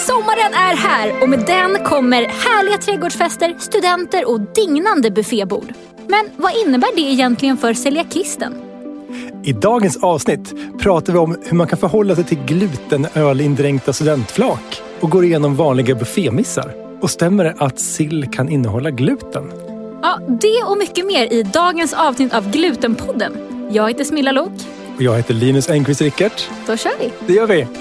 Sommaren är här och med den kommer härliga trädgårdsfester, studenter och dignande buffébord. Men vad innebär det egentligen för celiakisten? I dagens avsnitt pratar vi om hur man kan förhålla sig till glutenölindränkta studentflak och går igenom vanliga buffémissar. Och stämmer det att sill kan innehålla gluten? Ja, det och mycket mer i dagens avsnitt av Glutenpodden. Jag heter Smilla Lok. Och jag heter Linus Engqvist-Rickert. Då kör vi. Det gör vi.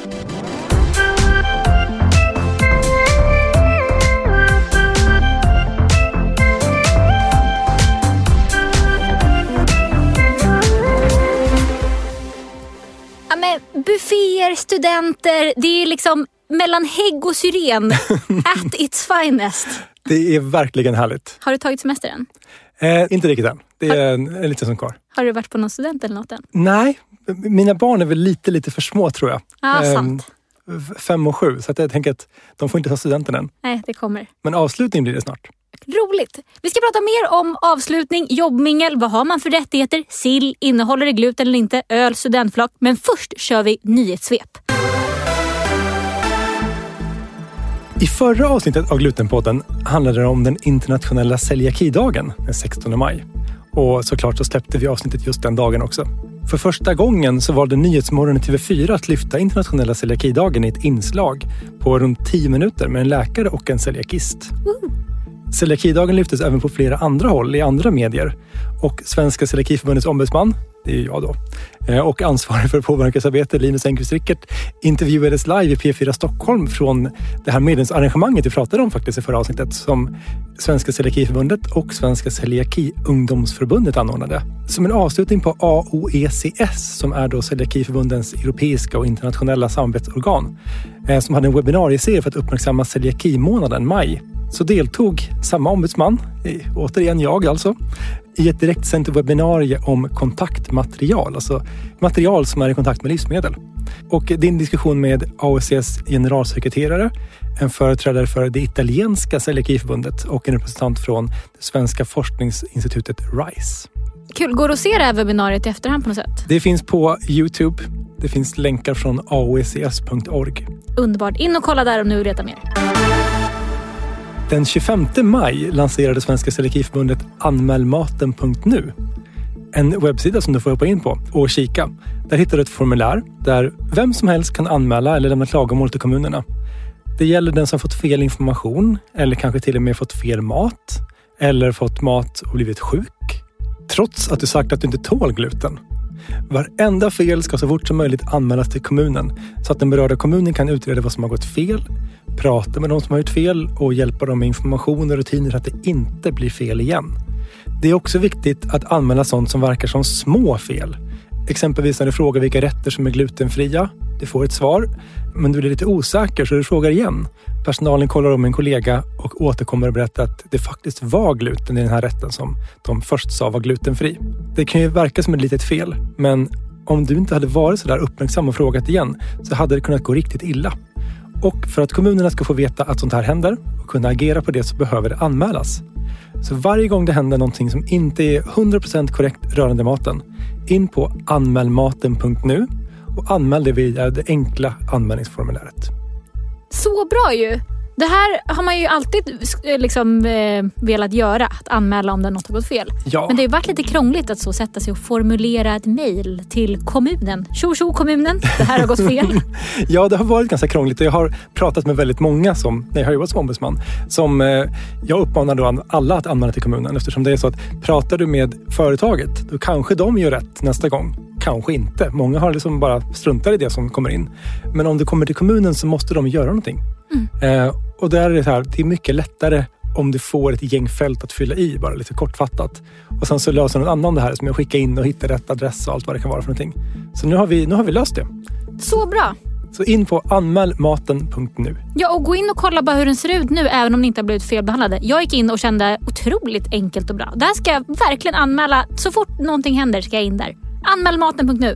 Bufféer, studenter, det är liksom mellan hägg och syren at its finest. Det är verkligen härligt. Har du tagit semester än? Inte riktigt än. Det är en liten som kvar. Har du varit på någon student eller något än? Nej, mina barn är väl lite för små tror jag. Ja, sant. 5 och 7, så att jag tänker att de får inte ta studenten än. Nej, det kommer. Men avslutning blir det snart. Roligt! Vi ska prata mer om avslutning, jobbmingel, vad har man för rättigheter, sill, innehåller det gluten eller inte, öl, studentflak. Men först kör vi nyhetssvep. I förra avsnittet av Glutenpodden handlade det om den internationella celiakidagen den 16 maj. Och såklart så släppte vi avsnittet just den dagen också. För första gången så valde Nyhetsmorgon i TV4 att lyfta internationella celiakidagen i ett inslag på runt 10 minuter med en läkare och en celiakist. Celiakidagen lyftes även på flera andra håll i andra medier. Och Svenska celiakiförbundets ombudsman, det är jag då, och ansvarig för påverkansarbete Linus Engqvist-Rickert intervjuades live i P4 Stockholm från det här medlemsarrangemanget vi pratade om faktiskt i förra avsnittet som Svenska celiakiförbundet och Svenska celiaki-ungdomsförbundet anordnade. Som en avslutning på AOECS som är då celiakiförbundens europeiska och internationella samarbetsorgan som hade en webbinarieserie för att uppmärksamma celiakimånaden maj. Så deltog samma ombudsman, återigen jag alltså, i ett direktsänt webbinarie om kontaktmaterial, alltså material som är i kontakt med livsmedel. Och det är en diskussion med AOCs generalsekreterare, en företrädare för det italienska celiakiförbundet och en representant från det svenska forskningsinstitutet RISE. Kul, går det att se det här webbinariet i efterhand på något sätt? Det finns på YouTube, det finns länkar från aoecs.org. Underbart, in och kolla där om ni vill veta mer. Den 25 maj lanserade Svenska celiakiförbundet anmälmaten.nu. En webbsida som du får hoppa in på och kika. Där hittar du ett formulär där vem som helst kan anmäla eller lämna klagomål till kommunerna. Det gäller den som fått fel information eller kanske till och med fått fel mat eller fått mat och blivit sjuk. Trots att du sagt att du inte tål gluten. Varenda fel ska så fort som möjligt anmälas till kommunen så att den berörda kommunen kan utreda vad som har gått fel, prata med de som har gjort fel och hjälpa dem med information och rutiner så att det inte blir fel igen. Det är också viktigt att anmäla sånt som verkar som små fel. Exempelvis när du frågar vilka rätter som är glutenfria. Du får ett svar, men du blir lite osäker så du frågar igen. Personalen kollar om en kollega och återkommer och berättar att det faktiskt var gluten i den här rätten som de först sa var glutenfri. Det kan ju verka som ett litet fel, men om du inte hade varit så där uppmärksam och frågat igen så hade det kunnat gå riktigt illa. Och för att kommunerna ska få veta att sånt här händer och kunna agera på det så behöver det anmälas. Så varje gång det händer någonting som inte är 100% korrekt rörande maten, in på anmälmaten.nu och anmäl det via det enkla anmälningsformuläret. Så bra ju! Det här har man ju alltid velat göra, att anmäla om det något har gått fel. Ja. Men det har varit lite krångligt att så sätta sig och formulera ett mejl till kommunen. Tjo kommunen, det här har gått fel. Ja, det har varit ganska krångligt och jag har pratat med väldigt många som, när jag har jobbat som ombudsman, som jag uppmanar då alla att anmäla till kommunen eftersom det är så att pratar du med företaget då kanske de gör rätt nästa gång. Kanske inte. Många har liksom bara struntat i det som kommer in. Men om du kommer till kommunen så måste de göra någonting. Och där är det här, det är mycket lättare om du får ett gäng fält att fylla i, bara lite kortfattat. Och sen så löser någon annan det här som jag skickar in och hittar rätt adress och allt vad det kan vara för någonting. Så nu har vi löst det. Så bra! Så in på anmälmaten.nu. Ja, och gå in och kolla bara hur den ser ut nu även om ni inte har blivit felbehandlade. Jag gick in och kände otroligt enkelt och bra. Där ska jag verkligen anmäla. Så fort någonting händer ska jag in där. Anmälmaten.nu.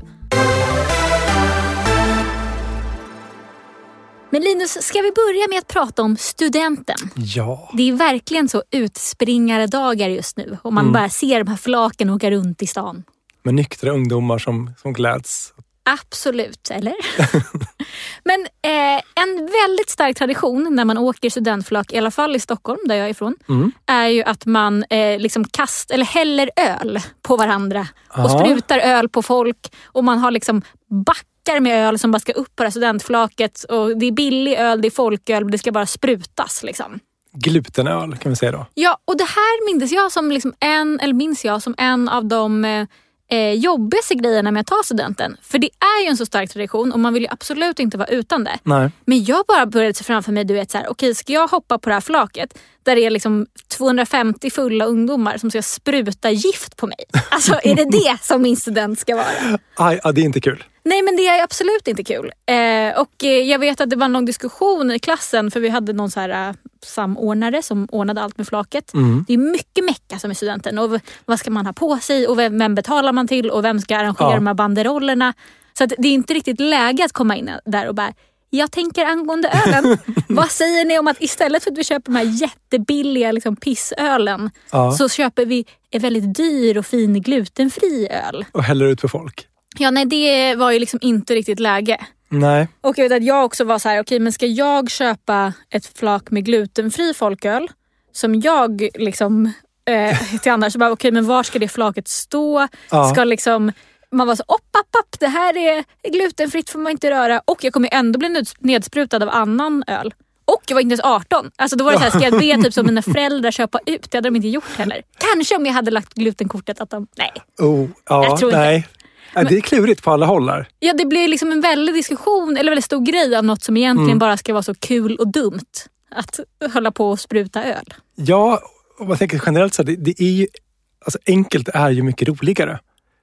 Men Linus, ska vi börja med att prata om studenten? Ja. Det är verkligen så utspringare dagar just nu. Och man bara ser de här flaken åka runt i stan. Med nyktra ungdomar som gläds. Absolut, eller? Men en väldigt stark tradition när man åker studentflak, i alla fall i Stockholm där jag är ifrån, är ju att man liksom häller öl på varandra och sprutar öl på folk, och man har liksom backar med öl som bara ska upp på det här studentflaket, och det är billig öl, det är folköl, det ska bara sprutas liksom. Glutenöl kan vi säga då. Ja, och det här minns jag som en av de jobbigaste grejerna med att ta studenten. För det är ju en så stark tradition och man vill ju absolut inte vara utan det. Nej. Men jag bara började se framför mig, du vet så här, okej, ska jag hoppa på det här flaket där det är liksom 250 fulla ungdomar som ska spruta gift på mig? Alltså, är det som min student ska vara? Aj, det är inte kul. Nej, men det är absolut inte kul. Och jag vet att det var en lång diskussion i klassen, för vi hade någon så här samordnare som ordnade allt med flaket. Det är mycket mecka som är studenten, och vad ska man ha på sig och vem betalar man till och vem ska arrangera de här banderollerna. Så att det är inte riktigt läge att komma in där och bara, jag tänker angående ölen. Vad säger ni om att istället för att vi köper de här jättebilliga liksom pissölen, så köper vi en väldigt dyr och fin glutenfri öl. Och häller ut för folk. Ja, nej, det var ju liksom inte riktigt läge. Nej. Och jag vet att jag också var så här, okej, men ska jag köpa ett flak med glutenfri folköl som jag liksom till andra, så bara okej, men var ska det flaket stå? Ska liksom man var så upp, det här är glutenfritt, får man inte röra, och jag kommer ändå bli nedsprutad av annan öl. Och jag var inte ens 18. Alltså då var det så här, ska jag be typ som mina föräldrar köpa ut? Det hade de inte gjort heller. Kanske om jag hade lagt glutenkortet att de, nej. Jag tror inte. Men det är klurigt på alla håll här. Ja, det blir liksom en väldig diskussion, eller väldigt stor grej av något som egentligen bara ska vara så kul och dumt. Att hålla på och spruta öl. Ja, och man tänker generellt så här, det är ju, alltså enkelt är ju mycket roligare.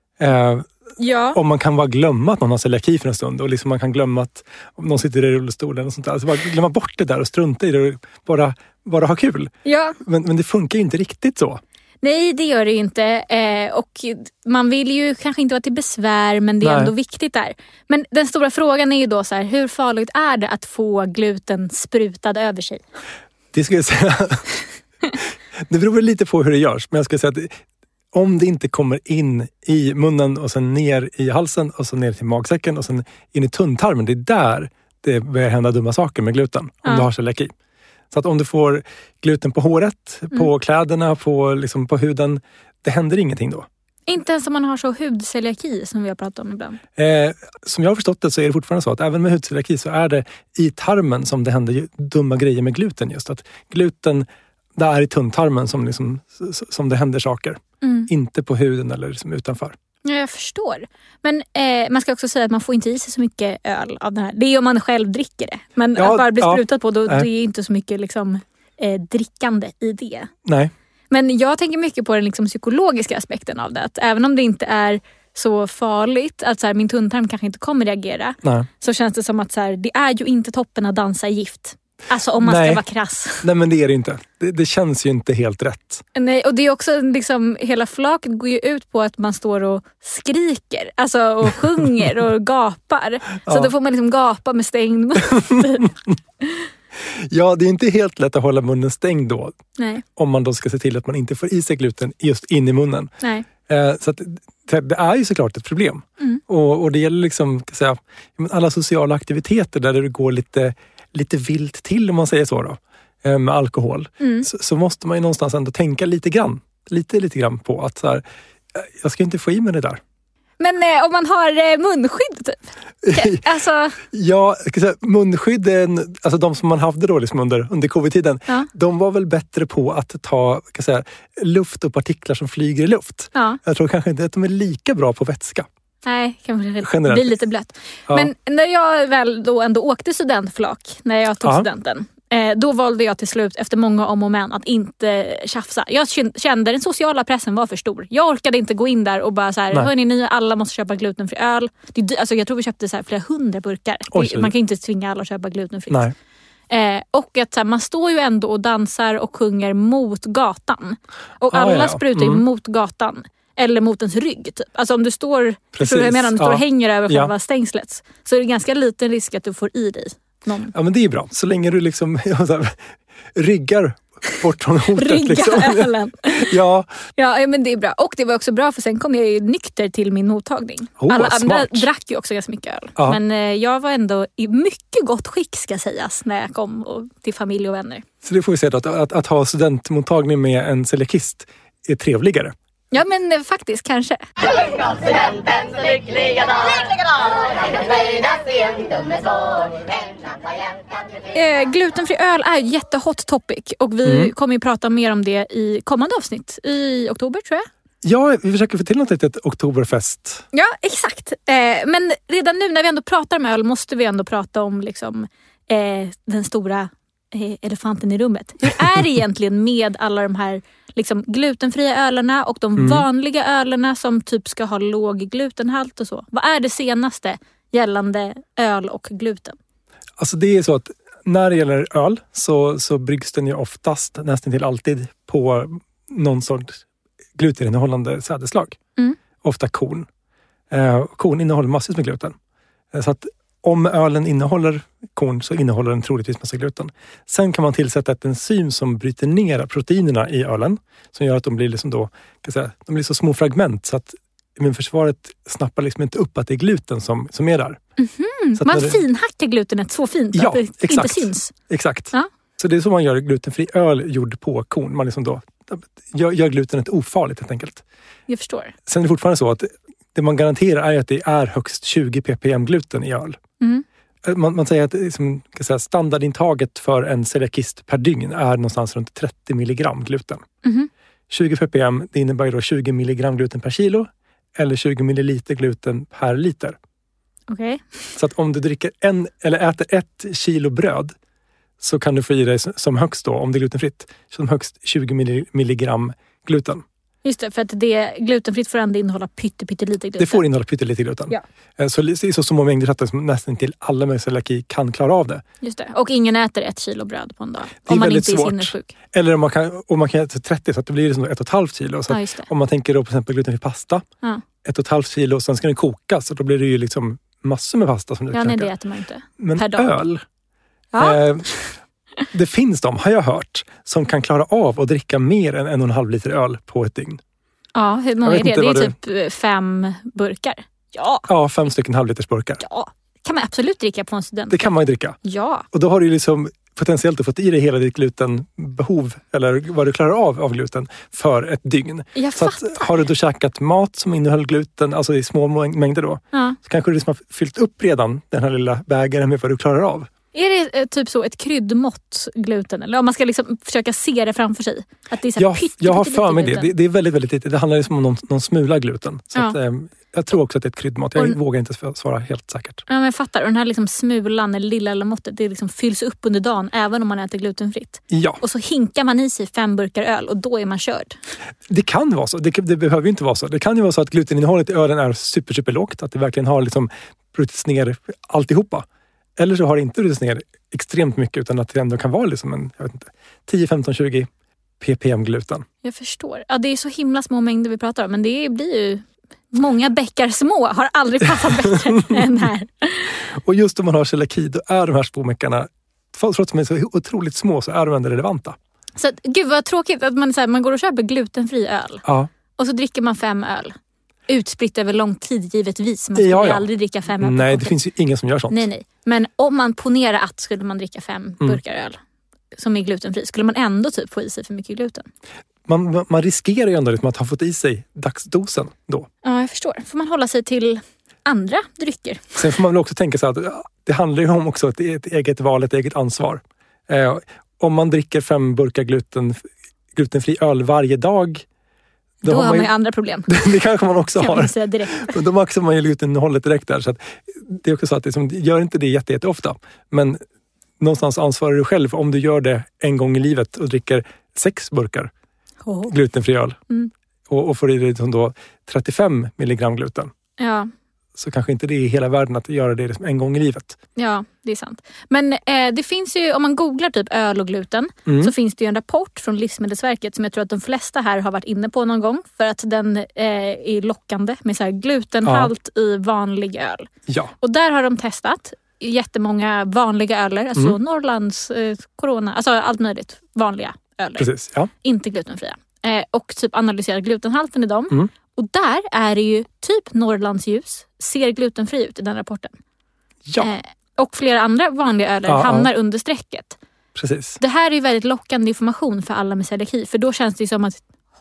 Om man kan bara glömma att någon har celiaki för en stund, och liksom man kan glömma att om någon sitter i rullstolen och sånt där. Alltså bara glömma bort det där och strunta i det och bara ha kul. Ja. Men det funkar ju inte riktigt så. Nej, det gör det ju inte. Och man vill ju kanske inte vara till besvär, men det är ändå viktigt där. Men den stora frågan är ju då så här, hur farligt är det att få gluten sprutad över sig? Det ska jag säga. Det beror väl lite på hur det görs. Men jag ska säga att om det inte kommer in i munnen och sen ner i halsen och sen ner till magsäcken och sen in i tunntarmen, det är där det börjar hända dumma saker med gluten. Om du har celiaki. Så att om du får gluten på håret, på kläderna, på huden, det händer ingenting då. Inte ens om man har så hudceliaki som vi har pratat om ibland. Som jag har förstått det så är det fortfarande så att även med hudceliaki så är det i tarmen som det händer dumma grejer med gluten. Just att gluten, där är i tunntarmen som det händer saker. Inte på huden eller liksom utanför. Ja, jag förstår. Men man ska också säga att man får inte i sig så mycket öl av den här. Det är om man själv dricker det. Men att bara bli sprutat på, då det är inte så mycket liksom, drickande i det. Nej. Men jag tänker mycket på den liksom psykologiska aspekten av det. Att även om det inte är så farligt, att så här, min tunntarm kanske inte kommer reagera. Nej. Så känns det som att så här, det är ju inte toppen att dansa i gift. Alltså om man ska vara krass. Nej, men det är det inte. Det känns ju inte helt rätt. Nej, och det är också liksom, hela flaket går ju ut på att man står och skriker. Alltså och sjunger och gapar. Så då får man liksom gapa med stängd mun. Ja, det är inte helt lätt att hålla munnen stängd då. Nej. Om man då ska se till att man inte får i sig gluten just in i munnen. Nej. Så att, det är ju såklart ett problem. Och det gäller liksom, kan säga, alla sociala aktiviteter där det går lite vilt till, om man säger så då, med alkohol. Så måste man ju någonstans ändå tänka lite grann på att så här, jag ska inte få i mig det där. Men om man har munskydd typ? Alltså... Ja, jag ska säga, munskydden, alltså de som man hade då liksom under covid-tiden, de var väl bättre på att ta, kan säga, luft och partiklar som flyger i luft. Ja. Jag tror kanske inte att de är lika bra på vätska. Nej, kanske blir lite blött. Ja. Men när jag väl då ändå åkte studentflak, när jag tog studenten, då valde jag till slut efter många om och men att inte tjafsa. Jag kände den sociala pressen var för stor. Jag orkade inte gå in där och bara så här, hörni, ni alla måste köpa glutenfri öl. Alltså jag tror vi köpte så här flera 100 burkar. Man kan inte tvinga alla att köpa glutenfritt. Och att så här, man står ju ändå och dansar och sjunger mot gatan. Och alla sprutar ju mot gatan. Eller mot ens rygg typ. Alltså om du står, står och hänger över själva stängslet, så är det ganska liten risk att du får i dig någon. Ja, men det är bra. Så länge du liksom ryggar bort från hotet. Rygga liksom. ölen. Ja, men det är bra. Och det var också bra för sen kom jag ju nykter till min mottagning. Alla andra drack ju också ganska mycket öl. Ja. Men jag var ändå i mycket gott skick ska sägas när jag kom till familj och vänner. Så det får vi säga att ha studentmottagning med en celiakist är trevligare. Ja men faktiskt kanske. Glutenfri öl är ett jättehot topic och vi kommer ju prata mer om det i kommande avsnitt i oktober tror jag. Ja, vi försöker få till något litet oktoberfest. Ja, exakt. Men redan nu när vi ändå pratar om öl måste vi ändå prata om liksom, den stora elefanten i rummet. Hur är det egentligen med alla de här liksom, glutenfria ölerna och de vanliga ölerna som typ ska ha låg glutenhalt och så? Vad är det senaste gällande öl och gluten? Alltså det är så att när det gäller öl så bryggs den ju oftast, nästan till alltid, på någon sorts gluteninnehållande sädeslag. Ofta korn. Korn innehåller massor med gluten. Så att om ölen innehåller korn så innehåller den troligtvis massa gluten. Sen kan man tillsätta ett enzym som bryter ner proteinerna i ölen. Som gör att de blir liksom då, de blir så små fragment så att immunförsvaret snappar liksom inte upp att det är gluten som är där. Så man finhackar glutenet så fint att det inte syns. Exakt. Ja. Så det är så man gör glutenfri öl gjord på korn. Man liksom då gör glutenet ofarligt helt enkelt. Jag förstår. Sen är det fortfarande så att det man garanterar är att det är högst 20 ppm gluten i öl. Man säger att liksom, standardintaget för en celiakist per dygn är någonstans runt 30 milligram gluten. 20 ppm, det innebär då 20 milligram gluten per kilo eller 20 milliliter gluten per liter. Okay. Så att om du dricker äter 1 kilo bröd så kan du få i dig som högst då, om det är glutenfritt, som högst 20 milligram gluten. Just det, för att det glutenfritt får ändå innehålla pyttelite gluten. Det får innehålla pyttelite gluten. Ja. Så det är så små mängder att nästan till alla med celiaki kan klara av det. Just det, och ingen äter 1 kilo bröd på en dag. Om man inte är sinnessjuk. Eller om man kan äta 30 så att det blir liksom 1,5 kilo. Så om man tänker då på exempel glutenfri pasta, 1,5 kilo, sen ska den kokas så då blir det ju liksom massor med pasta som du kan nej, det äter man inte. Men per dag. Öl... det finns de, har jag hört, som kan klara av att dricka mer än 1,5 liter öl på ett dygn. Ja, hur många är det? Det är typ 5 burkar. Ja, 5 stycken halvliters burkar. Ja, kan man absolut dricka på en student. Det kan man ju dricka. Ja. Och då har du liksom potentiellt att fått i dig hela ditt glutenbehov eller vad du klarar av gluten för ett dygn. Så att, har du då käkat mat som innehåller gluten, alltså i små mängder då, så kanske du liksom har fyllt upp redan den här lilla bägaren med vad du klarar av. Är det typ så ett kryddmått gluten? Eller om man ska liksom försöka se det framför sig? Att det är så jag har för mig det. Det är väldigt, väldigt lite. Det handlar liksom om någon smula gluten. Så att, jag tror också att det är ett kryddmått. Jag vågar inte svara helt säkert. Ja, men jag fattar. Och den här liksom smulan eller lilla måttet, det liksom fylls upp under dagen även om man äter glutenfritt. Ja. Och så hinkar man i sig 5 burkar öl och då är man körd. Det kan vara så. Det behöver ju inte vara så. Det kan ju vara så att gluteninnehållet i ölen är super lågt. Att det verkligen har liksom brutits ner alltihopa. Eller så har det inte brutits ner extremt mycket utan att det ändå kan vara liksom en, jag vet inte, 10, 15, 20 ppm gluten. Jag förstår. Ja, det är så himla små mängder vi pratar om, men det blir ju många bäckar små. Har aldrig passat bättre än här. Och just om man har celiaki, då är de här små mäckarna, trots att de är så otroligt små, så är de ändå relevanta. Så gud vad tråkigt att man går och köper glutenfri öl. Ja. Och så dricker man 5 öl. Utspritt över lång tid givetvis. Man skulle aldrig dricka 5 öl. Nej, det finns ju ingen som gör sånt. Nej. Men om man ponerar att skulle man dricka 5 burkar öl som är glutenfri, skulle man ändå typ få i sig för mycket gluten. Man riskerar ju ändå liksom att ha fått i sig dagsdosen då. Ja, jag förstår. Får man hålla sig till andra drycker. Sen får man väl också tänka sig att det handlar ju om också ett eget val, ett eget ansvar. Om man dricker 5 burkar glutenfri öl varje dag, då har man ju andra problem. Det kanske man också har. Säga direkt. Då maxar man ju gluteninnehållet direkt där. Så att det är också så att det gör inte det jätteofta. Men någonstans ansvarar du själv om du gör det en gång i livet och dricker 6 burkar glutenfri öl. Och får i dig då 35 milligram gluten. Ja. Så kanske inte det är hela världen att göra det en gång i livet. Ja, det är sant. Men det finns ju, om man googlar typ öl och gluten, så finns det ju en rapport från Livsmedelsverket som jag tror att de flesta här har varit inne på någon gång. För att den är lockande med så här glutenhalt i vanlig öl. Ja. Och där har de testat jättemånga vanliga öler, alltså Norrlands, Corona, alltså allt möjligt vanliga öler. Precis, ja. Inte glutenfria. Och typ analyserat glutenhalten i dem. Och där är det ju typ Norrlandsljus ser glutenfri ut i den rapporten. Ja. Och flera andra vanliga öler hamnar under strecket. Precis. Det här är ju väldigt lockande information för alla med celiaki. För då känns det som att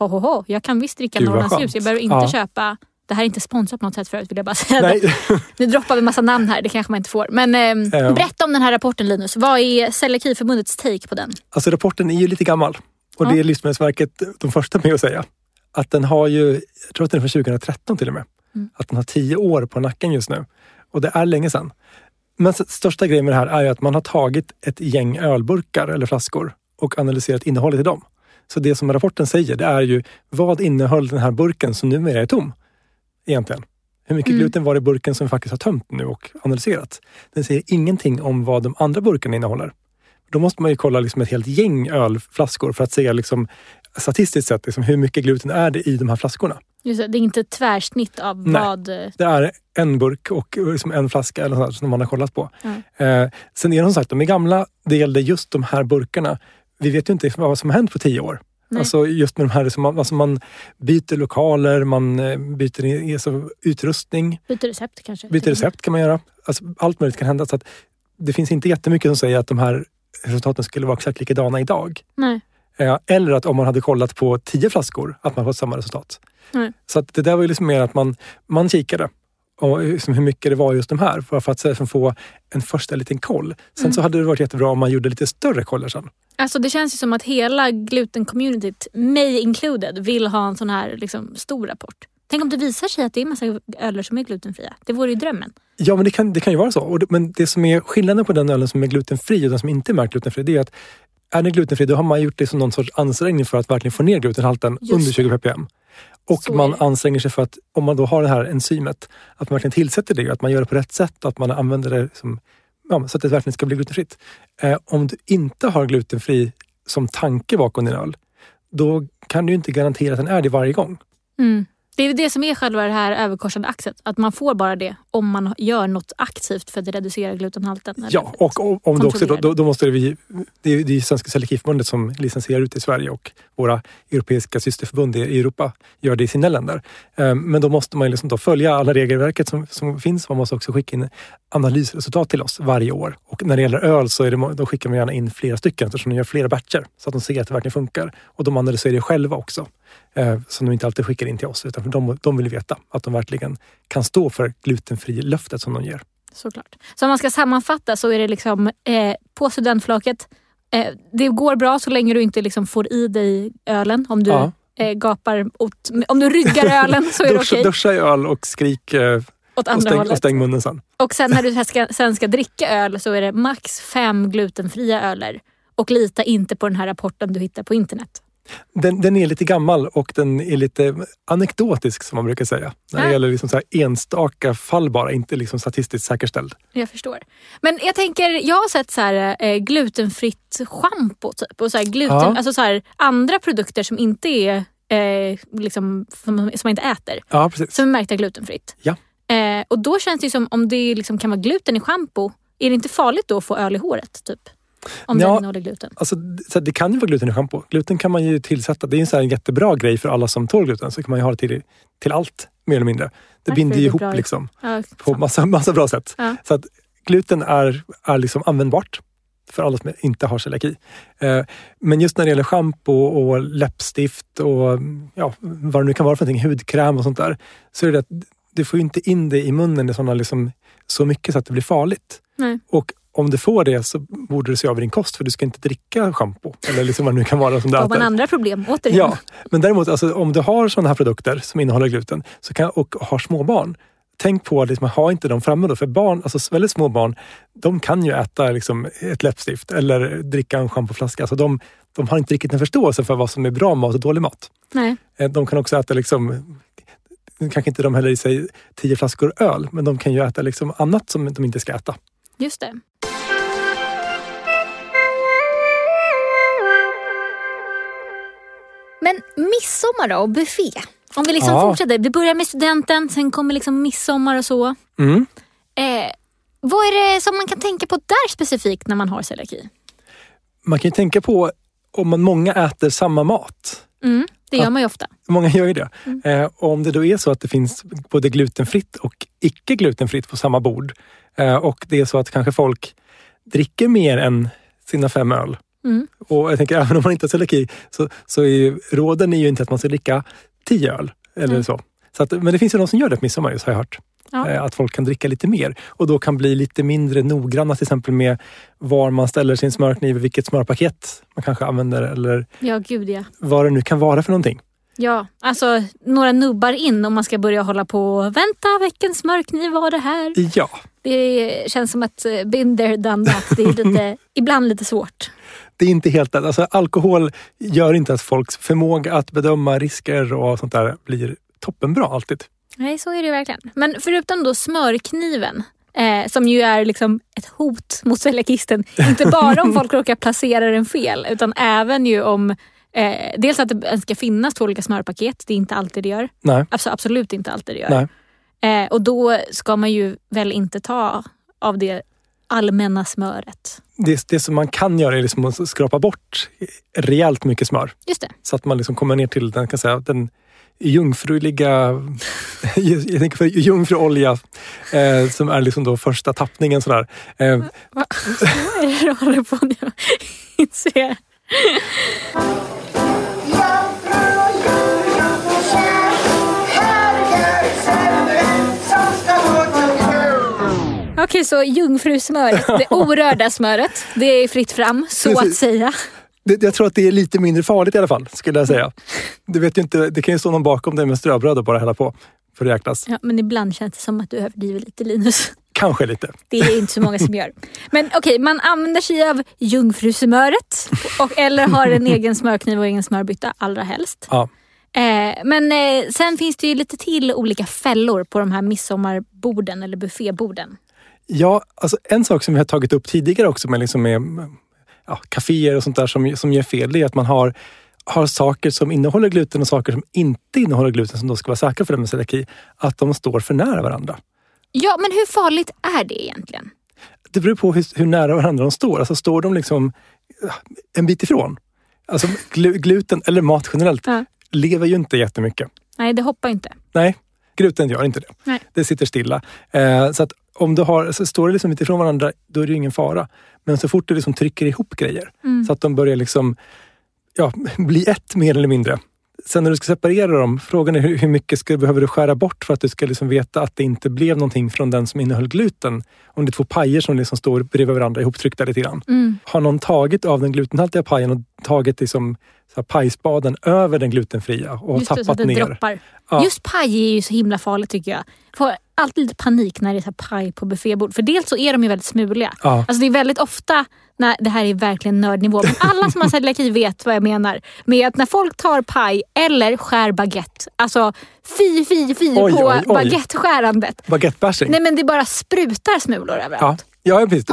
jag kan visst dricka Norrlandsljus. Jag behöver inte köpa... Det här är inte sponsrat på något sätt förut, vill jag bara säga. Nej. Nu droppar vi en massa namn här, det kanske man inte får. Men berätta om den här rapporten, Linus. Vad är Celiakiförbundets take på den? Alltså rapporten är ju lite gammal. Och det är Livsmedelsverket de första med att säga. Att den har ju, jag tror att den är från 2013 till och med. Att den har 10 år på nacken just nu. Och det är länge sedan. Men största grejen med det här är ju att man har tagit ett gäng ölburkar eller flaskor och analyserat innehållet i dem. Så det som rapporten säger, det är ju vad innehöll den här burken som numera är tom? Egentligen. Hur mycket gluten var det i burken som faktiskt har tömt nu och analyserat? Den säger ingenting om vad de andra burkarna innehåller. Då måste man ju kolla liksom ett helt gäng ölflaskor för att se liksom, statistiskt sett liksom, hur mycket gluten är det i de här flaskorna. Just det, det är inte ett tvärsnitt av vad... Det är en burk och liksom en flaska eller sånt som man har kollat på. Sen är det som sagt, de är gamla. Det gällde just de här burkarna. Vi vet ju inte vad som har hänt på 10 år. Nej. Alltså just med de här, alltså man byter lokaler, man byter alltså utrustning. Byter recept kanske. Byter recept kan man göra. Alltså allt möjligt kan hända. Så att det finns inte jättemycket som säger att de här resultaten skulle vara exakt likadana idag. Nej. Eller att om man hade kollat på 10 flaskor att man fått samma resultat. Så att det där var ju liksom mer att man kikade och liksom hur mycket det var just de här för att få en första liten koll. Sen så hade det varit jättebra om man gjorde lite större koller sen. Alltså det känns ju som att hela gluten-communityt, mig included, vill ha en sån här liksom stor rapport. Tänk om det visar sig att det är en massa öler som är glutenfria. Det vore ju drömmen. Ja, men det kan ju vara så. Men det som är skillnaden på den ölen som är glutenfri och den som inte är märkt glutenfri, det är att är den glutenfri, då har man gjort det som någon sorts ansträngning för att verkligen få ner glutenhalten under 20 ppm. Och man anstränger sig för att, om man då har det här enzymet, att man verkligen tillsätter det, att man gör det på rätt sätt, att man använder det som, så att det verkligen ska bli glutenfritt. Om du inte har glutenfri som tanke bakom din öl, då kan du inte garantera att den är det varje gång. Det är ju det som är själva det här överkorsande axet. Att man får bara det om man gör något aktivt för att reducera glutenhalten. Ja, och om det också, då måste det är ju Svenska Celiakiförbundet som licensierar ut i Sverige och våra europeiska systerförbund i Europa gör det i sina länder. Men då måste man liksom då följa alla regelverket som finns. Man måste också skicka in analysresultat till oss varje år. Och när det gäller öl så då skickar man gärna in flera stycken eftersom de gör flera batcher så att de ser att det verkligen funkar. Och de analyserar det själva också. Som de inte alltid skickar in till oss utan för de vill veta att de verkligen kan stå för glutenfri löftet som de ger. Såklart. Så om man ska sammanfatta så är det liksom på studentflaket det går bra så länge du inte liksom får i dig ölen. Om du gapar om du ryggar ölen så är det okej. Duscha i öl och skrik åt andra hållet. Och stäng munnen sen. Och sen när du sen ska dricka öl så är det max 5 glutenfria öler. Och lita inte på den här rapporten du hittar på internet. Den är lite gammal och den är lite anekdotisk som man brukar säga. När det gäller liksom så här enstaka fall bara, inte liksom statistiskt säkerställd. Jag förstår. Men jag tänker, jag har sett så här glutenfritt shampoo typ och så här gluten, alltså så här andra produkter som inte är liksom som man inte äter. Ja, precis. Som är märkta glutenfritt. Ja. Och då känns det som om det liksom kan vara gluten i shampoo, är det inte farligt då att få öl i håret typ? Om den innehåller gluten. Alltså, så det kan ju vara gluten i shampoo. Gluten kan man ju tillsätta. Det är en så här jättebra grej för alla som tål gluten. Så kan man ju ha det till allt, mer eller mindre. Det binder ju ihop liksom. På massa bra sätt. Ja. Så att gluten är liksom användbart för alla som inte har celiaki. Men just när det gäller shampoo och läppstift och vad det nu kan vara för någonting, hudkräm och sånt där. Så är det att du får ju inte in det i munnen i sådana liksom, så mycket så att det blir farligt. Nej. Och om du får det så borde du se över din kost för du ska inte dricka shampoo. Eller liksom vad det nu kan vara som du äter. Då har man andra problem, återigen. Ja, men däremot alltså, om du har sådana här produkter som innehåller gluten och har små barn, tänk på att liksom, ha inte dem framme då. För barn, alltså väldigt små barn, de kan ju äta liksom, ett läppstift eller dricka en schampoflaska. Alltså de har inte riktigt en förståelse för vad som är bra mat och dålig mat. Nej. De kan också äta liksom, kanske inte de häller i sig 10 flaskor öl, men de kan ju äta liksom annat som de inte ska äta. Just det. Men midsommar då och buffé. Om vi liksom fortsätter. Vi börjar med studenten, sen kommer liksom midsommar och så. Vad är det som man kan tänka på där specifikt när man har celiaki? Man kan ju tänka på om många äter samma mat. Det gör man ju ofta. Många gör ju det. Och om det då är så att det finns både glutenfritt och icke glutenfritt på samma bord. Och det är så att kanske folk dricker mer än sina 5 öl. Och jag tänker, även om man inte har celiaki så är ju råden är ju inte att man ska dricka 10 öl. Eller så. Så att, men det finns ju någon som gör det på midsommar, just, har jag hört. Att folk kan dricka lite mer. Och då kan bli lite mindre noggranna till exempel med var man ställer sin smörkniv, vilket smörpaket man kanske använder. Eller vad det nu kan vara för någonting. Ja, alltså några nubbar in om man ska börja hålla på. Vänta, vilken smörkniv var det här? Ja. Det känns som att been there, done that. Det är ibland lite svårt. Det är inte helt... Alltså, alkohol gör inte att folks förmåga att bedöma risker och sånt där blir toppenbra alltid. Nej, så är det verkligen. Men förutom då smörkniven, som ju är liksom ett hot mot celiakisten. Inte bara om folk råkar placera den fel, utan även ju om... dels att det ska finnas 2 olika smörpaket. Det är inte alltid det gör. Nej. Alltså, absolut inte alltid det gör. Nej. Och då ska man ju väl inte ta av det allmänna smöret. Det som man kan göra är liksom att skrapa bort rejält mycket smör. Just det. Så att man liksom kommer ner till den jungfruliga, jag tänker för jungfruolja som är liksom då första tappningen sådär. Vad är det du håller på nu? Inte Okej, så jungfrusmöret, det orörda smöret, det är fritt fram, så att säga. Jag tror att det är lite mindre farligt i alla fall, skulle jag säga. Du vet ju inte, det kan ju stå någon bakom dig med ströbröd och bara hälla på för att räknas. Ja, men ibland känns det som att du överdriver lite, Linus. Kanske lite. Det är inte så många som gör. Men okej, man använder sig av jungfrusmöret eller har en egen smörkniv och egen smörbytta, allra helst. Ja. Men sen finns det ju lite till olika fällor på de här midsommarborden eller bufféborden. Ja, alltså en sak som vi har tagit upp tidigare också med kaféer och sånt där som gör fel, det är att man har saker som innehåller gluten och saker som inte innehåller gluten som då ska vara säkra för det med celiaki, att de står för nära varandra. Ja, men hur farligt är det egentligen? Det beror på hur nära varandra de står. Alltså står de liksom en bit ifrån. Alltså gluten eller mat generellt lever ju inte jättemycket. Nej, det hoppar inte. Nej, gluten gör inte det. Nej. Det sitter stilla. Så att om så står det liksom lite ifrån varandra, då är det ju ingen fara. Men så fort du liksom trycker ihop grejer så att de börjar liksom bli ett mer eller mindre. Sen när du ska separera dem, frågan är hur mycket behöver du skära bort för att du ska liksom veta att det inte blev någonting från den som innehöll gluten. Om det är 2 pajer som liksom står bredvid varandra ihoptryckta lite grann. Har någon tagit av den glutenhaltiga pajen och tagit liksom pajspaden över den glutenfria och just tappat det, så att det ner. Droppar. Ja. Just paj är ju så himla farligt, tycker jag. Får alltid lite panik när det är så paj på buffébord. För dels så är de ju väldigt smuliga. Ja. Alltså det är väldigt ofta, när det här är verkligen nördnivå, men alla som har celiaki vet vad jag menar. Med att när folk tar paj eller skär baguette, alltså fy på baguetteskärandet. Baguettebashing. Nej, men det bara sprutar smulor överallt. Ja, precis.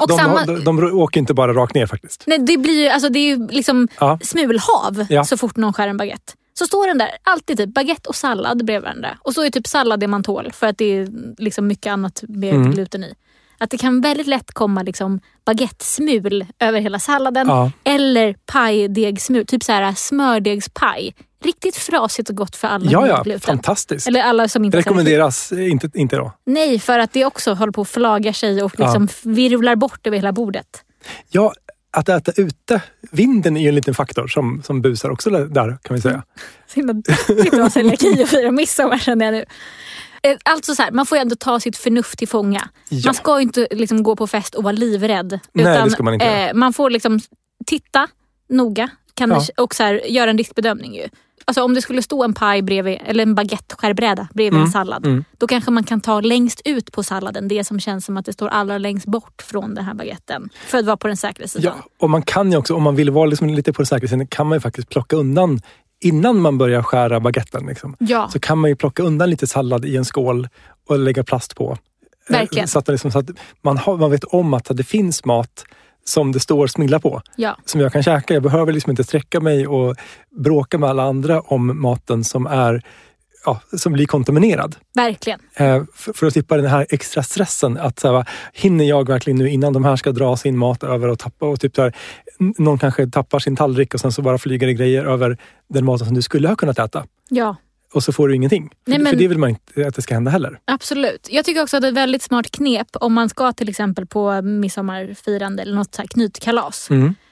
De åker inte bara rakt ner faktiskt. Nej, det blir ju, alltså det är ju liksom smulhav så fort någon skär en baguette. Så står den där, alltid typ baguette och sallad bredvid varandra. Och så är typ sallad det man tål, för att det är liksom mycket annat med gluten i. Att det kan väldigt lätt komma liksom baguettesmul över hela salladen. Eller pajdegsmul, typ så här smördegspaj. Riktigt frasigt och gott för alla med gluten. Fantastiskt. Eller alla som inte rekommenderas inte då? Nej, för att det också håller på att förlaga sig och liksom virvlar bort över hela bordet. Ja, att äta ute, vinden är ju en liten faktor som busar också där, kan vi säga. Så himla duktigt att ha celiaki och fira midsommar, känner jag nu. Alltså så här, man får ju ändå ta sitt förnuft till fånga. Ja. Man ska ju inte liksom gå på fest och vara livrädd. Nej, det ska man inte. Man får liksom titta noga och så här, göra en riskbedömning ju. Alltså om det skulle stå en paj bredvid, eller en baguette-skärbräda bredvid en sallad, då kanske man kan ta längst ut på salladen, det som känns som att det står allra längst bort från den här baguetten, för att vara på den säkra sidan. Ja, och man kan ju också, om man vill vara liksom lite på den säkra sidan, kan man ju faktiskt plocka undan innan man börjar skära baguetten. Liksom. Ja. Så kan man ju plocka undan lite sallad i en skål och lägga plast på. Verkligen. Så att man vet om att det finns mat som det står smilla på. Ja. Som jag kan käka. Jag behöver liksom inte sträcka mig och bråka med alla andra om maten som är som blir kontaminerad. Verkligen. För att slippa den här extra stressen att så här, hinner jag verkligen nu innan de här ska dra sin mat över och tappa och typ så här, någon kanske tappar sin tallrik och sen så bara flyger det grejer över den maten som du skulle ha kunnat äta. Ja. Och så får du ingenting. För det vill man inte att det ska hända heller. Absolut. Jag tycker också att det är ett väldigt smart knep om man ska till exempel på midsommarfirande eller något så här knytkalas.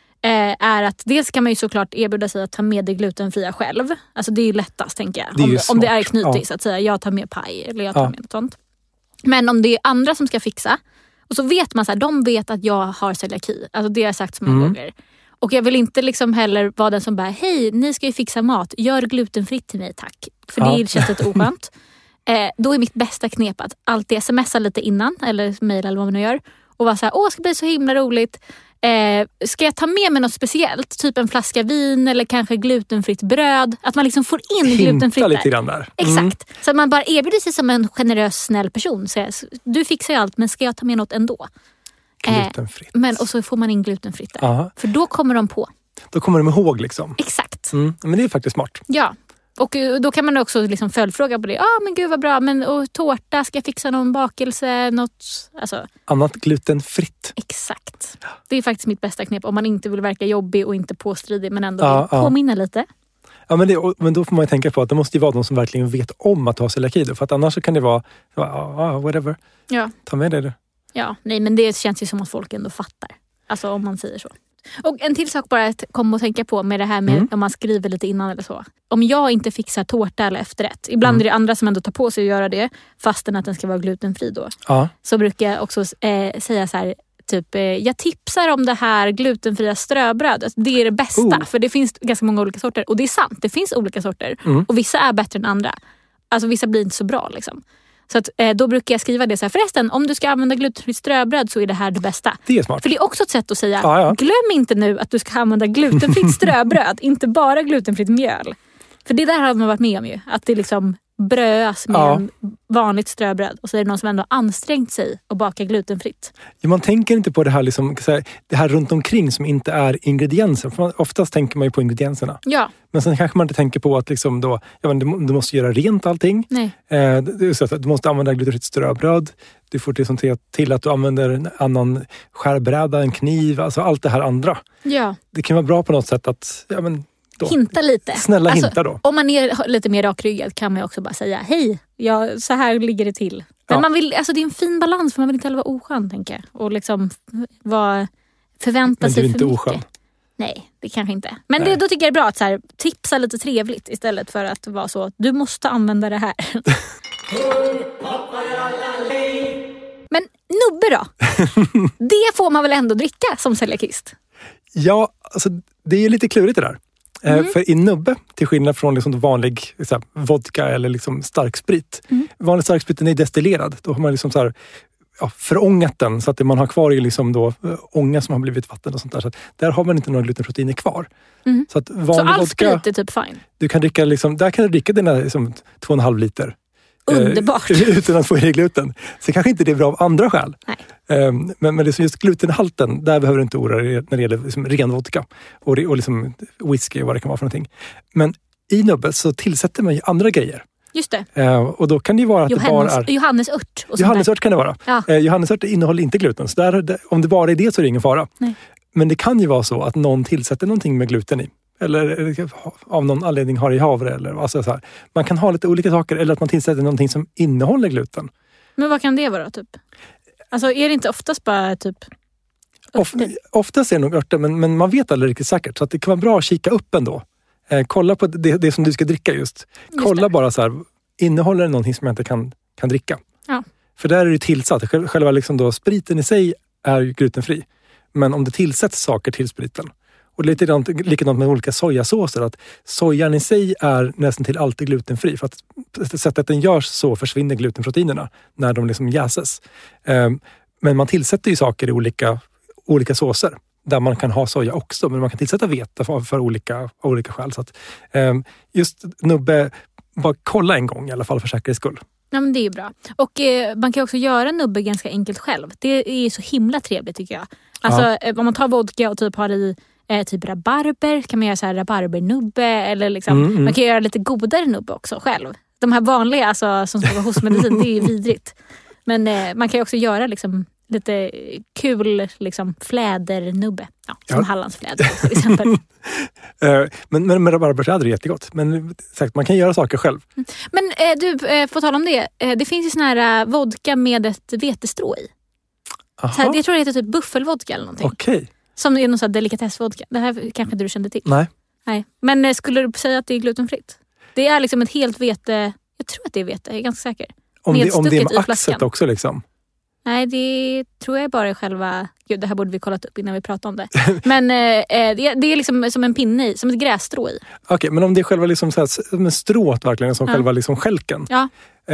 Är att dels kan man ju såklart erbjuda sig att ta med det glutenfria själv. Alltså det är ju lättast tänker jag. Om det är knutigt så att säga, jag tar med paj eller jag tar med något sånt. Men om det är andra som ska fixa och så vet man så här, de vet att jag har celiaki. Alltså det har jag sagt så många gånger. Och jag vill inte liksom heller vara den som bara, hej, ni ska ju fixa mat, gör glutenfritt till mig tack. För det känns lite oskönt. Då är mitt bästa knep att alltid smsa lite innan eller mejla eller vad man nu gör. Och vara så här, det ska bli så himla roligt. Ska jag ta med mig något speciellt? Typ en flaska vin eller kanske glutenfritt bröd. Att man liksom får in glutenfritt där. Lite grann där. Exakt. Så att man bara erbjuder sig som en generös, snäll person. Så du fixar ju allt, men ska jag ta med något ändå? Glutenfritt. Och så får man in glutenfritt där. Aha. För då kommer de på. Då kommer de ihåg liksom. Exakt. Men det är faktiskt smart. Ja. Och då kan man också liksom följdfråga på det. Men gud vad bra. Men och tårta, ska jag fixa någon bakelse? Något, alltså. Annat glutenfritt. Exakt. Det är faktiskt mitt bästa knep. Om man inte vill verka jobbig och inte påstridig. Men ändå vill påminna lite. Ja, men då får man ju tänka på att det måste ju vara de som verkligen vet om att ha celiaki. För att annars så kan det vara whatever. Ja. Ta med det. Ja, nej men det känns ju som att folk ändå fattar. Alltså om man säger så. Och en till sak bara att komma och tänka på med det här med om man skriver lite innan eller så. Om jag inte fixar tårta eller efterrätt. Ibland är det andra som ändå tar på sig att göra det. Fastän att den ska vara glutenfri då. Ja. Så brukar jag också säga så här. Typ, jag tipsar om det här glutenfria ströbrödet. Det är det bästa. För det finns ganska många olika sorter. Och det är sant, det finns olika sorter. Och vissa är bättre än andra. Alltså vissa blir inte så bra liksom. Så att, då brukar jag skriva det så här. Förresten, om du ska använda glutenfritt ströbröd så är det här det bästa. Det är smart. För det är också ett sätt att säga, glöm inte nu att du ska använda glutenfritt ströbröd. Inte bara glutenfritt mjöl. För det där har man varit med om ju. Att det liksom bröas med en vanligt ströbröd. Och så är det någon som ändå ansträngt sig att baka glutenfritt. Ja, man tänker inte på det här, liksom, det här runt omkring som inte är ingredienser. För oftast tänker man ju på ingredienserna. Ja. Men sen kanske man inte tänker på att liksom då, du måste göra rent allting. Nej. Du måste använda glutenfritt ströbröd. Du får liksom till att du använder en annan skärbräda, en kniv. Alltså allt det här andra. Ja. Det kan vara bra på något sätt att... Hinta lite. Snälla hinta då. Om man är lite mer rakryggad kan man också bara säga hej, så här ligger det till. Men man vill, alltså det är en fin balans för man vill inte heller vara oskön tänker jag. Och liksom förvänta sig för mycket. Men du är inte oskön? Nej, det kanske inte. Men då tycker jag det är bra att så här, tipsa lite trevligt istället för att vara så, du måste använda det här. Men nubbe då? Det får man väl ändå dricka som celiakist? Ja, alltså det är lite klurigt det där. För i nubbe, till skillnad från liksom vanlig vodka eller liksom starksprit. Vanlig starkspriten är destillerad. Då har man liksom så här, förångat den så att det man har kvar är liksom då ånga som har blivit vatten och sånt där. Så att där har man inte några glutenproteiner kvar. Så att vanlig all vodka, sprit är typ fine? Du kan dricka liksom, där kan du dricka dina liksom 2,5 liter. Underbart. Utan att få i dig gluten. Så kanske inte det är bra av andra skäl. Men liksom just glutenhalten, där behöver du inte oroa dig när det gäller liksom ren vodka. Och liksom whisky och vad det kan vara för någonting. Men i nubbe så tillsätter man ju andra grejer. Just det. Och då kan det ju vara att det bara är... Johannesört. Johannesört kan det vara. Ja. Johannesört innehåller inte gluten. Så om det bara är det så är det ingen fara. Nej. Men det kan ju vara så att någon tillsätter någonting med gluten i. Eller av någon anledning har i havre. Eller, alltså så här. Man kan ha lite olika saker. Eller att man tillsätter någonting som innehåller gluten. Men vad kan det vara typ? Alltså är det inte oftast bara typ oftast är det nog örter, men man vet aldrig riktigt säkert. Så att det kan vara bra att kika upp ändå. Kolla på det som du ska dricka just. Kolla bara så här, innehåller det någonting som jag inte kan dricka? Ja. För där är det tillsatt. Själva liksom då, spriten i sig är glutenfri. Men om det tillsätts saker till spriten. Och det är likadant med olika sojasåser. Att sojan i sig är nästan till alltid glutenfri. För att sättet den görs så försvinner glutenproteinerna när de liksom jäses. Men man tillsätter ju saker i olika såser. Där man kan ha soja också. Men man kan tillsätta vete för olika skäl. Så att, just nubbe, bara kolla en gång i alla fall för säkerhets skull. Ja, men det är ju bra. Och man kan också göra nubbe ganska enkelt själv. Det är så himla trevligt tycker jag. Alltså om man tar vodka och typ har i typ rabarber, kan man göra så här rabarbernubbe eller liksom, man kan göra lite godare nubbe också själv. De här vanliga alltså, som ska vara hostmedicin, det är ju vidrigt. Men man kan ju också göra liksom lite kul liksom, flädernubbe. Ja, som Hallandsfläder till exempel. men rabarbersläder är jättegott. Men sagt, man kan göra saker själv. Men du, på tal om det. Det finns ju sån här vodka med ett vetestrå i. Här, jag tror det heter typ buffelvodka eller någonting. Okay. Som är någon sån här delikatessvodka. Det här kanske inte du kände till. Nej. Men skulle du säga att det är glutenfritt? Det är liksom ett helt vete. Jag tror att det är vete, jag är ganska säker. Om det är med axet också liksom? Nej, det tror jag bara är själva... Gud, det här borde vi kollat upp innan vi pratar om det. Men det är liksom som en pinne i, som ett grässtrå i. Okej, men om det är själva liksom så här, med strået verkligen, som själva liksom skälken. Ja.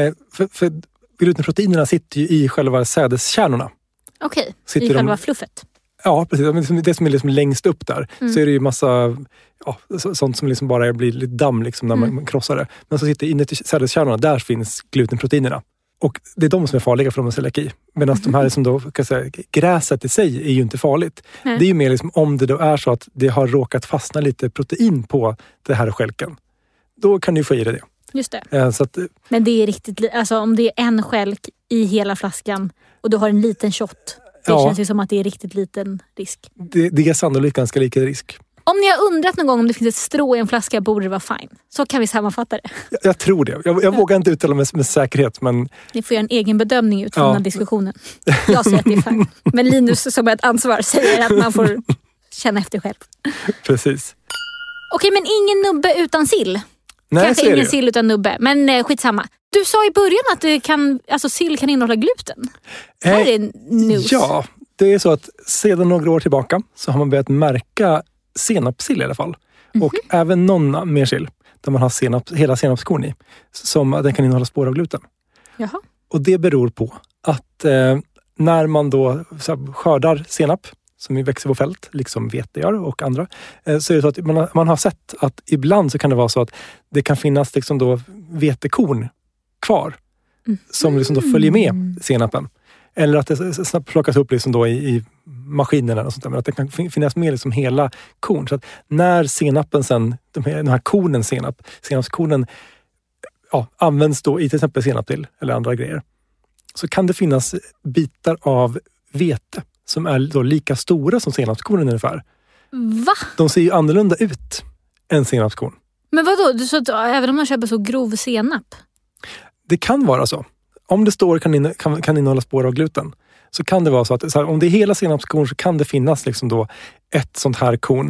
För glutenproteinerna sitter ju i själva sädeskärnorna. Okej, i själva fluffet. Ja, precis. Det som är liksom längst upp där. Så är det ju massa sånt som liksom bara blir lite damm liksom när man krossar det. Men så sitter inuti sädeskärnorna, där finns glutenproteinerna. Och det är de som är farliga för de med celiaki. Medan de här som då, kan jag säga, gräset i sig är ju inte farligt. Nej. Det är ju mer liksom om det då är så att det har råkat fastna lite protein på det här skälken. Då kan du få i det. Just det. Så att, men det är riktigt, alltså om det är en skälk i hela flaskan och du har en liten shot. Det känns ju som att det är riktigt liten risk. Det är sannolikt ganska lika risk. Om ni har undrat någon gång om det finns ett strå i en flaska borde det vara fine. Så kan vi sammanfatta det. Jag tror det. Jag vågar inte uttala med säkerhet. Men... Ni får göra en egen bedömning utifrån den här diskussionen. Jag säger att det är fine. Men Linus som har ett ansvar säger att man får känna efter själv. Precis. Okej, men ingen nubbe utan sill. Nej, kanske ingen sill utan nubbe. Men skitsamma. Du sa i början att sill kan innehålla gluten. Här är news. Ja, det är så att sedan några år tillbaka så har man börjat märka senapssill i alla fall. Och även någon mer sill där man har hela senapskorn i. Som den kan innehålla spår av gluten. Jaha. Och det beror på att när man då skördar senap som växer på fält, liksom vete gör och andra, så är det så att man har sett att ibland så kan det vara så att det kan finnas liksom då vetekorn kvar som liksom då följer med senapen. Eller att det snabbt plockas upp liksom då i maskinerna och sånt där. Men att det kan finnas med liksom hela korn. Så att när senapen sen, de här kornen senapskornen används då i till exempel senap till eller andra grejer. Så kan det finnas bitar av vete som är då lika stora som senapskornen ungefär. Va? De ser ju annorlunda ut än senapskorn. Men vadå? Du sa att även om man köper så grov senap? Det kan vara så. Om det står kan innehålla spår av gluten, så kan det vara så att så här, om det är hela senapskorn så kan det finnas liksom då ett sånt här korn.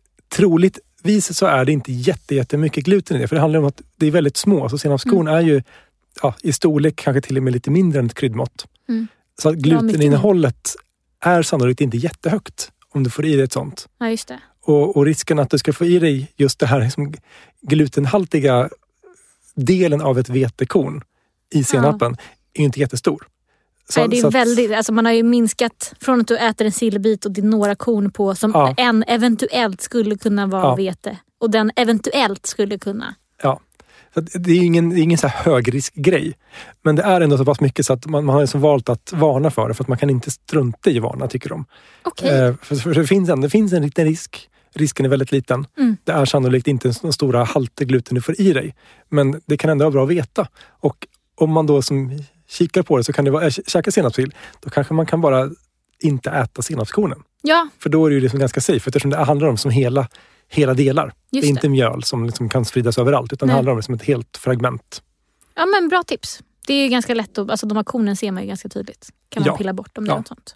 Troligtvis så är det inte jättemycket gluten i det, för det handlar om att det är väldigt små. Så senapskorn är ju i storlek kanske till och med lite mindre än ett kryddmått. Så att gluteninnehållet är sannolikt inte jättehögt om du får i dig ett sånt. Ja, just det. Och risken att du ska få i dig just det här liksom glutenhaltiga delen av ett vetekorn i senapen är inte jättestor. Nej, det är väldigt, alltså man har ju minskat från att du äter en sillbit och det är några korn på som en eventuellt skulle kunna vara vete. Och den eventuellt skulle kunna. Ja, så det är ingen så här högriskgrej. Men det är ändå så pass mycket så att man har liksom valt att varna för det. För att man kan inte strunta i varna, tycker de. Okay. För det finns en liten risk. Risken är väldigt liten. Det är sannolikt inte en stora halter gluten du får i dig. Men det kan ändå vara bra att veta. Och om man då som kikar på det så kan det vara käka senapssill, då kanske man kan bara inte äta senapskornen. Ja. För då är det ju liksom ganska safe, eftersom det handlar om som hela delar. Just det är inte mjöl som liksom kan spridas överallt, utan det handlar om som ett helt fragment. Ja, men bra tips. Det är ju ganska lätt att, alltså de här kornen ser man ju ganska tydligt. Kan man pilla bort om det är något sånt.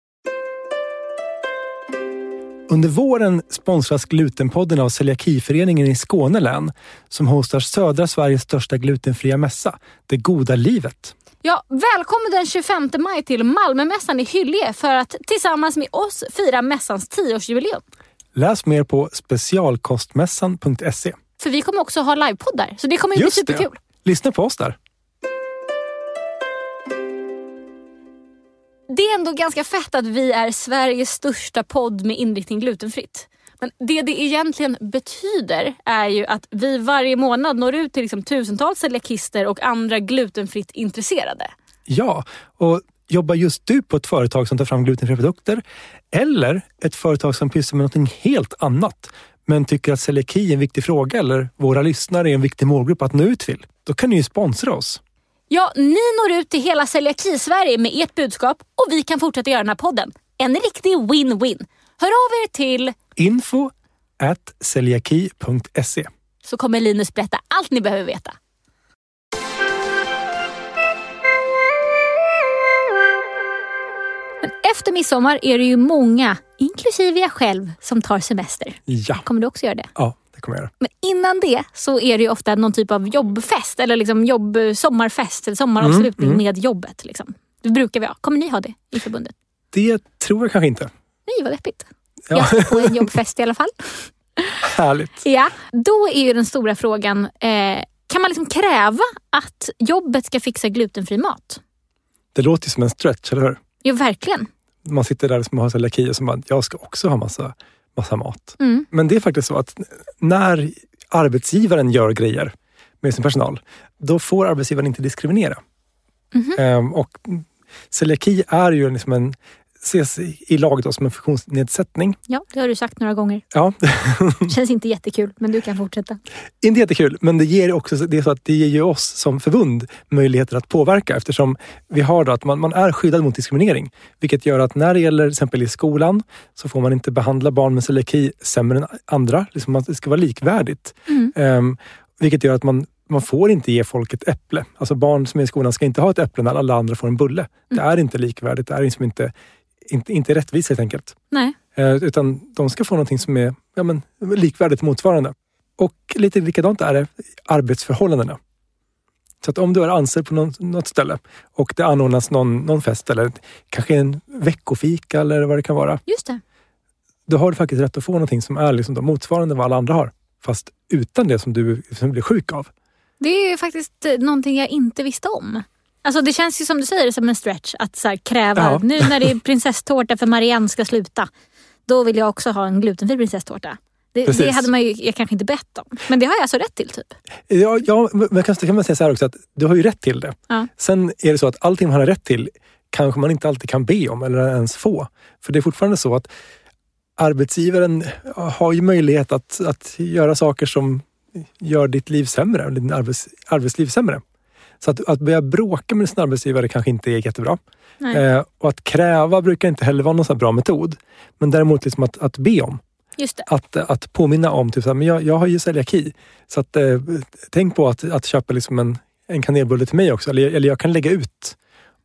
Under våren sponsras Glutenpodden av Celiakiföreningen i Skåne län som hostar södra Sveriges största glutenfria mässa, Det goda livet. Ja, välkommen den 25 maj till Malmömässan i Hyllie för att tillsammans med oss fira mässans 10-årsjubileum. Läs mer på specialkostmässan.se. För vi kommer också ha livepoddar, så det kommer ju bli superkul. Ja. Lyssna på oss där. Det är ändå ganska fett att vi är Sveriges största podd med inriktning glutenfritt. Men det egentligen betyder är ju att vi varje månad når ut till liksom tusentals celiakister och andra glutenfritt intresserade. Ja, och jobbar just du på ett företag som tar fram glutenfria produkter eller ett företag som pysslar med något helt annat, men tycker att celiaki är en viktig fråga eller våra lyssnare är en viktig målgrupp att nå ut till, då kan ni ju sponsra oss. Ja, ni når ut till hela Celiaki-Sverige med ert budskap och vi kan fortsätta göra den här podden. En riktig win-win. Hör av er till info@celiaki.se så kommer Linus berätta allt ni behöver veta. Men efter midsommar är det ju många, inklusive jag själv, som tar semester. Ja. Kommer du också göra det? Ja, det kommer jag göra. Men innan det så är det ju ofta någon typ av jobbfest eller liksom sommarfest eller sommaravslutning med jobbet. Liksom. Det brukar vi ha. Kommer ni ha det i förbundet? Det tror jag kanske inte. Nej, vad deppigt. Ja. Jag ska på en jobbfest i alla fall. Härligt. Ja, då är ju den stora frågan, kan man liksom kräva att jobbet ska fixa glutenfri mat? Det låter ju som en stretch, eller hur? Jo, verkligen. Man sitter där som har celiaki och som bara, jag ska också ha massa mat. Men det är faktiskt så att när arbetsgivaren gör grejer med sin personal, då får arbetsgivaren inte diskriminera. Och celiaki är ju liksom ses i lag då som en funktionsnedsättning. Ja, det har du sagt några gånger. Ja. Känns inte jättekul, men du kan fortsätta. Inte jättekul, men det ger också, det är så att det ger ju oss som förbund möjligheter att påverka, eftersom vi har då att man är skyddad mot diskriminering. Vilket gör att när det gäller till exempel i skolan så får man inte behandla barn med celiaki sämre än andra. Liksom det ska vara likvärdigt. Vilket gör att man får inte ge folk ett äpple. Alltså barn som är i skolan ska inte ha ett äpple när alla andra får en bulle. Det är inte likvärdigt, det är liksom inte rättvist helt enkelt. Nej. Utan de ska få någonting som är likvärdigt motsvarande. Och lite likadant är det arbetsförhållandena. Så att om du är anställd på något ställe och det anordnas någon fest eller kanske en veckofika eller vad det kan vara. Just det. Då har du faktiskt rätt att få någonting som är liksom motsvarande vad alla andra har. Fast utan det som du blir sjuk av. Det är ju faktiskt någonting jag inte visste om. Alltså det känns ju som du säger som en stretch att så här kräva, nu när det är prinsesstårta för Marianne ska sluta, då vill jag också ha en glutenfri prinsesstårta. Det hade man ju jag kanske inte bett om. Men det har jag så rätt till typ. Ja, men kan man säga så här också att du har ju rätt till det. Ja. Sen är det så att allting man har rätt till kanske man inte alltid kan be om eller ens få. För det är fortfarande så att arbetsgivaren har ju möjlighet att göra saker som gör ditt liv sämre, ditt arbetsliv sämre. Så att börja bråka med sin arbetsgivare kanske inte är jättebra. Och att kräva brukar inte heller vara någon sån bra metod. Men däremot liksom att be om. Just det. Att påminna om, typ så här, men jag har ju celiaki. Så att tänk på att köpa liksom en kanelbulle till mig också. Eller jag kan lägga ut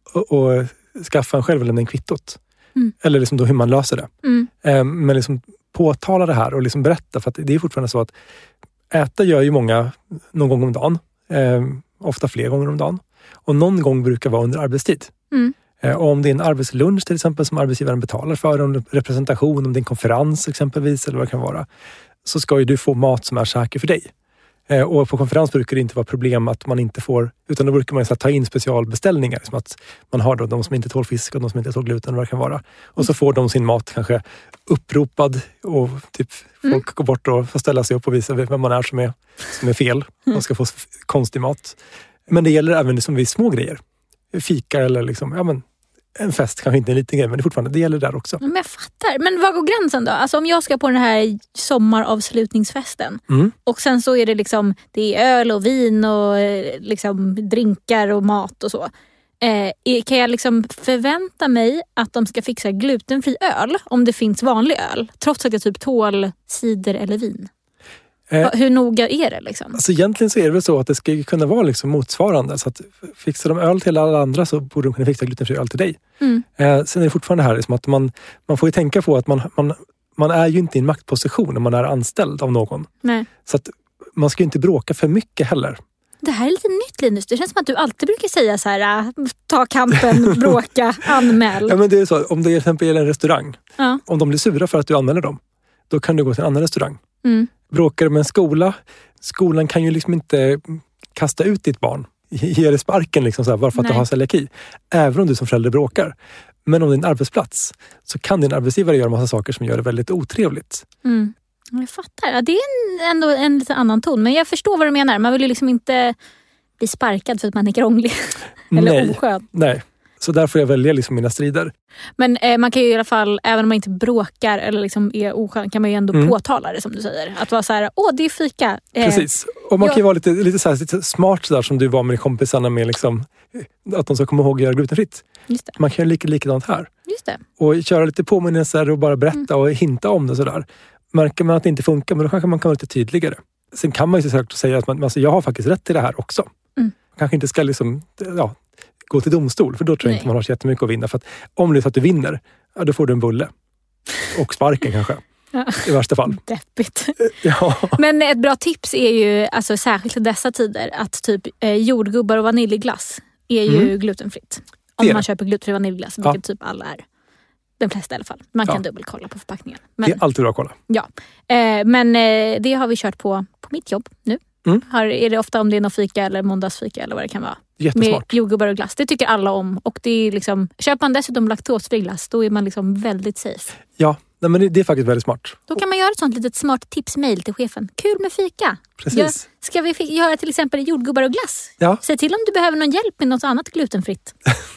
och skaffa en själv eller en kvittot. Eller liksom då hur man löser det. Men liksom påtala det här och liksom berätta. För att det är fortfarande så att äta gör ju många någon gång om dagen. Ofta fler gånger om dagen. Och någon gång brukar vara under arbetstid. Och om det är en arbetslunch till exempel som arbetsgivaren betalar för, om representation, om det är en konferens exempelvis eller vad det kan vara, så ska ju du få mat som är säker för dig. Och på konferens brukar det inte vara problem att man inte får, utan då brukar man så ta in specialbeställningar, som att man har då de som inte tål fisk och de som inte tål gluten, vad det kan vara. Och så får de sin mat kanske uppropad och typ folk går bort och får ställa sig upp och visa vem man är som är fel. De ska få konstig mat. Men det gäller även liksom vid små grejer. Fika eller liksom, en fest kanske inte är en liten grej, men det gäller där också. Men jag fattar. Men vad går gränsen då? Alltså om jag ska på den här sommaravslutningsfesten och sen så är det liksom, det är öl och vin och liksom drinkar och mat och så. Kan jag liksom förvänta mig att de ska fixa glutenfri öl om det finns vanlig öl? Trots att jag typ tål cider eller vin. Hur noga är det liksom? Alltså egentligen så är det väl så att det ska kunna vara liksom motsvarande. Så att fixar de öl till alla andra så borde de kunna fixa glutenfri öl till dig. Sen är det fortfarande här liksom att man får ju tänka på att man är ju inte i en maktposition när man är anställd av någon. Nej. Så att man ska ju inte bråka för mycket heller. Det här är lite nytt, Linus. Det känns som att du alltid brukar säga så här: ta kampen, bråka, anmäl. Ja, men det är så. Om det till exempel gäller en restaurang. Ja. Om de blir sura för att du anmäler dem, då kan du gå till en annan restaurang. Bråkar med en skolan kan ju liksom inte kasta ut ditt barn, ge det sparken liksom så här, bara för att du har celiaki. Även om du som förälder bråkar. Men om det är en arbetsplats så kan din arbetsgivare göra massa saker som gör det väldigt otrevligt. Jag fattar. Det är ändå en lite annan ton. Men jag förstår vad du menar. Man vill ju liksom inte bli sparkad för att man är krånglig. Eller oskön. Nej. Så där får jag välja liksom mina strider. Men man kan ju i alla fall, även om man inte bråkar eller liksom är oskön, kan man ju ändå påtala det som du säger. Att vara så här, det är fika. Precis. Och man kan ju vara lite, så här, lite smart så där, som du var med kompisarna med liksom, att de ska komma ihåg att göra glutenfritt. Just det. Man kan ju likadant här. Just det. Och köra lite påminnelser och bara berätta och hinta om det sådär. Märker man att det inte funkar, men då kanske man kan vara lite tydligare. Sen kan man ju så säga att jag har faktiskt rätt till det här också. Man kanske inte ska liksom, gå till domstol, för då tror jag inte man har så jättemycket att vinna. För att om det är så att du vinner, då får du en bulle. Och sparken kanske. Ja. I värsta fall. Deppigt. Ja. Men ett bra tips är ju, alltså, särskilt i dessa tider, att typ jordgubbar och vaniljglass är ju glutenfritt. Om man köper glutenfri vaniljglass, vilket typ alla är. Den flesta i alla fall. Man kan dubbelkolla på förpackningen. Men, det är alltid bra att kolla. Ja, men det har vi kört på mitt jobb nu. Är det ofta om det är någon fika eller måndagsfika eller vad det kan vara. Jättesmart. Med jordgubbar och glass. Det tycker alla om. Och det är liksom, köper man dessutom laktosfri glass, då är man liksom väldigt safe. Ja, men det är faktiskt väldigt smart. Då kan man göra ett sånt litet smart tipsmail till chefen. Kul med fika. Precis. Ska vi göra till exempel jordgubbar och glass? Ja. Säg till om du behöver någon hjälp med något annat glutenfritt.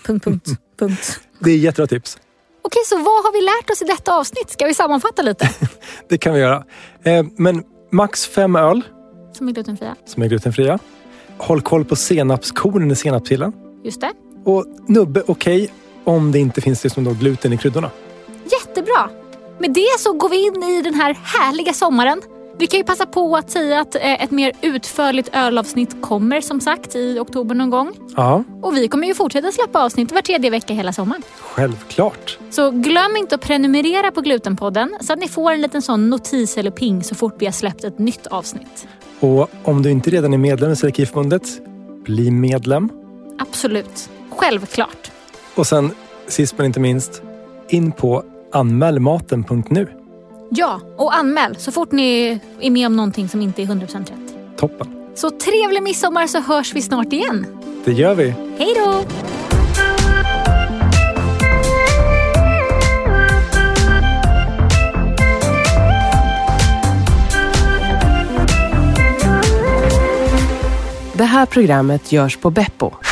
Punkt. Det är jättebra tips. Okej, så vad har vi lärt oss i detta avsnitt? Ska vi sammanfatta lite? Det kan vi göra. Men max 5 öl. Som är glutenfria. Håll koll på senapskornen i senapsillen. Just det. Och nubbe okej om det inte finns liksom då gluten i kryddorna. Jättebra! Med det så går vi in i den här härliga sommaren. Vi kan ju passa på att säga att ett mer utförligt ölavsnitt kommer som sagt i oktober någon gång. Ja. Och vi kommer ju fortsätta släppa avsnitt var 3:e vecka hela sommaren. Självklart. Så glöm inte att prenumerera på Glutenpodden så att ni får en liten sån notis eller ping så fort vi har släppt ett nytt avsnitt. Och om du inte redan är medlem i Celiakiförbundet, bli medlem. Absolut. Självklart. Och sen, sist men inte minst, in på anmälmaten.nu. Ja, och anmäl så fort ni är med om någonting som inte är 100% rätt. Toppen. Så trevlig midsommar så hörs vi snart igen. Det gör vi. Hej då! Det här programmet görs på Beppo.